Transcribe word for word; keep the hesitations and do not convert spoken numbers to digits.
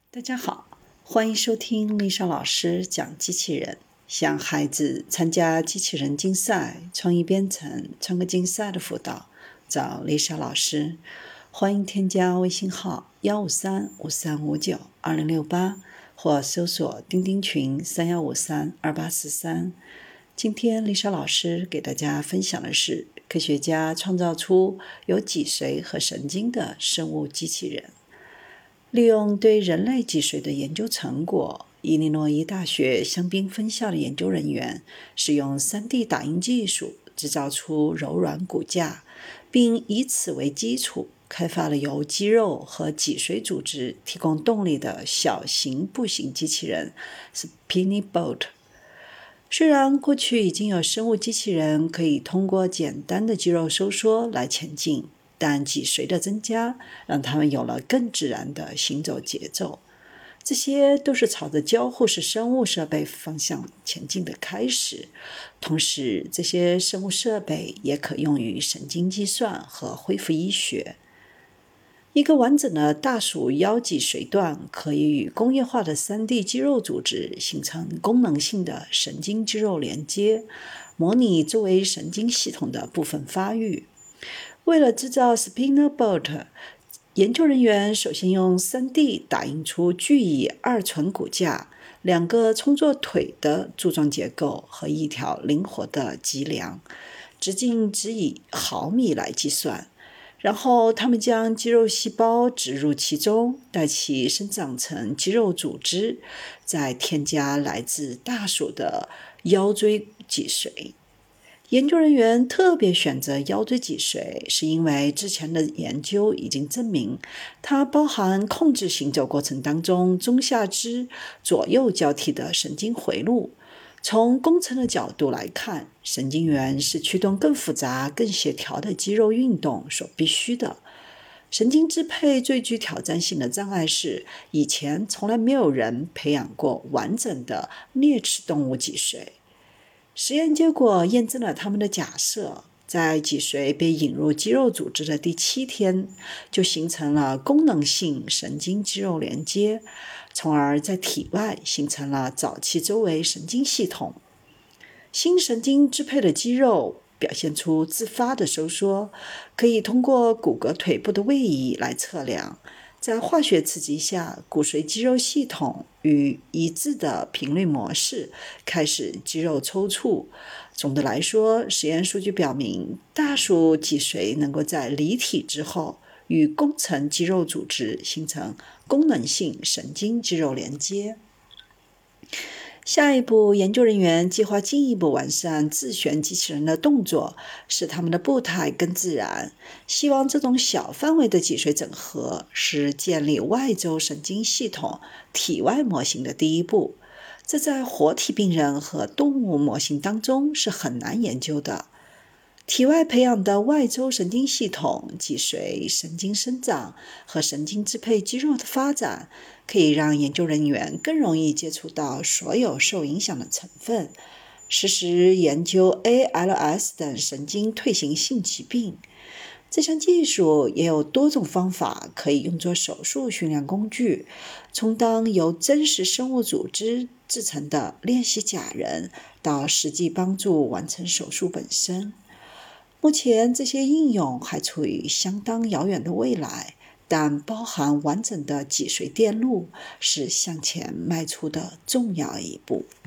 大家好，欢迎收听丽莎老师讲机器人。想孩子参加机器人竞赛、创意编程、创客竞赛的辅导，找丽莎老师。欢迎添加微信号幺五三五三五九二零六八，或搜索钉钉群三幺五三二八四三。今天丽莎老师给大家分享的是，科学家创造出有脊髓和神经的生物机器人。利用对人类脊髓的研究成果，伊利诺伊大学香槟分校的研究人员使用 三 D 打印技术制造出柔软骨架，并以此为基础开发了由肌肉和脊髓组织提供动力的小型步行机器人 Spinibot。 虽然过去已经有生物机器人可以通过简单的肌肉收缩来前进，但脊髓的增加让他们有了更自然的行走节奏。这些都是朝着交互式生物设备方向前进的开始。同时，这些生物设备也可用于神经计算和恢复医学。一个完整的大鼠腰脊髓段可以与工业化的 三 D 肌肉组织形成功能性的神经肌肉连接，模拟周围神经系统的部分发育。为了制造 Spinibot， 研究人员首先用 三 D 打印出巨蚁二臀骨架、两个充作腿的柱状结构和一条灵活的脊梁，直径只以毫米来计算。然后他们将肌肉细胞植入其中，待其生长成肌肉组织，再添加来自大鼠的腰椎脊髓。研究人员特别选择腰椎脊髓，是因为之前的研究已经证明，它包含控制行走过程当中中下肢左右交替的神经回路。从工程的角度来看，神经元是驱动更复杂、更协调的肌肉运动所必须的。神经支配最具挑战性的障碍是，以前从来没有人培养过完整的啮齿动物脊髓。实验结果验证了他们的假设，在脊髓被引入肌肉组织的第七天，就形成了功能性神经肌肉连接，从而在体外形成了早期周围神经系统。新神经支配的肌肉表现出自发的收缩，可以通过骨骼腿部的位移来测量。在化学刺激下，骨髓肌肉系统与一致的频率模式开始肌肉抽搐。总的来说，实验数据表明，大鼠脊髓能够在离体之后与工程肌肉组织形成功能性神经肌肉连接。下一步，研究人员计划进一步完善自旋机器人的动作，使它们的步态更自然。希望这种小范围的脊髓整合是建立外周神经系统体外模型的第一步。这在活体病人和动物模型当中是很难研究的。体外培养的外周神经系统、脊髓、神经生长和神经支配肌肉的发展，可以让研究人员更容易接触到所有受影响的成分，实时研究 A L S 等神经退行性疾病。这项技术也有多种方法可以用作手术训练工具，充当由真实生物组织制成的练习假人，到实际帮助完成手术本身。目前这些应用还处于相当遥远的未来，但包含完整的脊髓电路是向前迈出的重要一步。